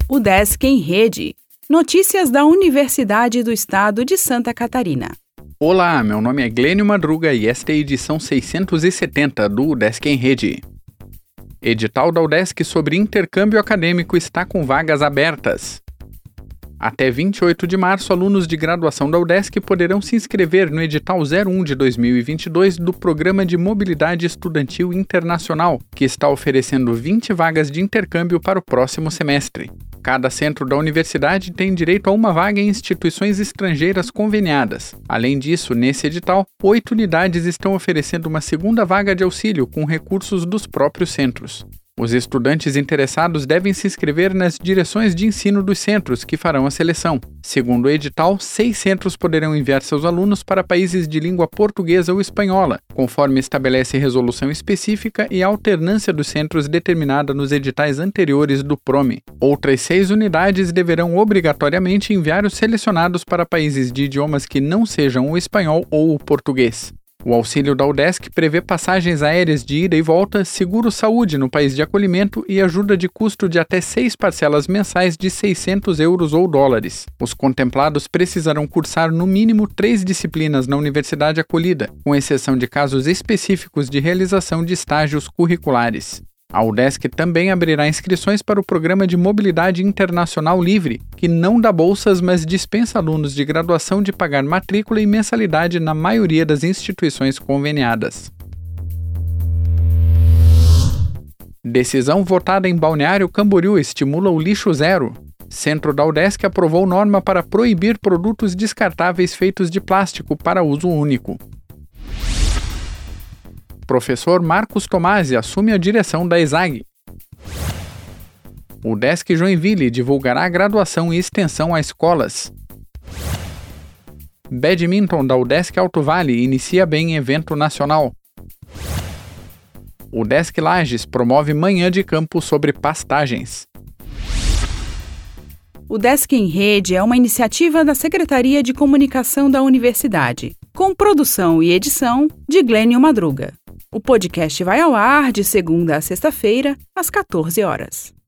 UDESC em Rede. Notícias da Universidade do Estado de Santa Catarina. Olá, meu nome é Glênio Madruga e esta é a edição 670 do UDESC em Rede. Edital da UDESC sobre intercâmbio acadêmico está com vagas abertas. Até 28 de março, alunos de graduação da UDESC poderão se inscrever no edital 01 de 2022 do Programa de Mobilidade Estudantil Internacional, que está oferecendo 20 vagas de intercâmbio para o próximo semestre. Cada centro da universidade tem direito a uma vaga em instituições estrangeiras conveniadas. Além disso, nesse edital, 8 unidades estão oferecendo uma segunda vaga de auxílio com recursos dos próprios centros. Os estudantes interessados devem se inscrever nas direções de ensino dos centros que farão a seleção. Segundo o edital, 6 centros poderão enviar seus alunos para países de língua portuguesa ou espanhola, conforme estabelece resolução específica e a alternância dos centros determinada nos editais anteriores do PROME. Outras 6 unidades deverão obrigatoriamente enviar os selecionados para países de idiomas que não sejam o espanhol ou o português. O auxílio da UDESC prevê passagens aéreas de ida e volta, seguro-saúde no país de acolhimento e ajuda de custo de até 6 parcelas mensais de €600 ou dólares. Os contemplados precisarão cursar no mínimo 3 disciplinas na universidade acolhida, com exceção de casos específicos de realização de estágios curriculares. A UDESC também abrirá inscrições para o Programa de Mobilidade Internacional Livre, que não dá bolsas, mas dispensa alunos de graduação de pagar matrícula e mensalidade na maioria das instituições conveniadas. Decisão votada em Balneário Camboriú estimula o lixo zero. Centro da UDESC aprovou norma para proibir produtos descartáveis feitos de plástico para uso único. Professor Marcos Tomasi assume a direção da ESAG. O UDESC Joinville divulgará graduação e extensão a escolas. Badminton da UDESC Alto Vale inicia bem evento nacional. O UDESC Lages promove manhã de campo sobre pastagens. O UDESC em Rede é uma iniciativa da Secretaria de Comunicação da Universidade, com produção e edição de Glênio Madruga. O podcast vai ao ar de segunda a sexta-feira, às 14 horas.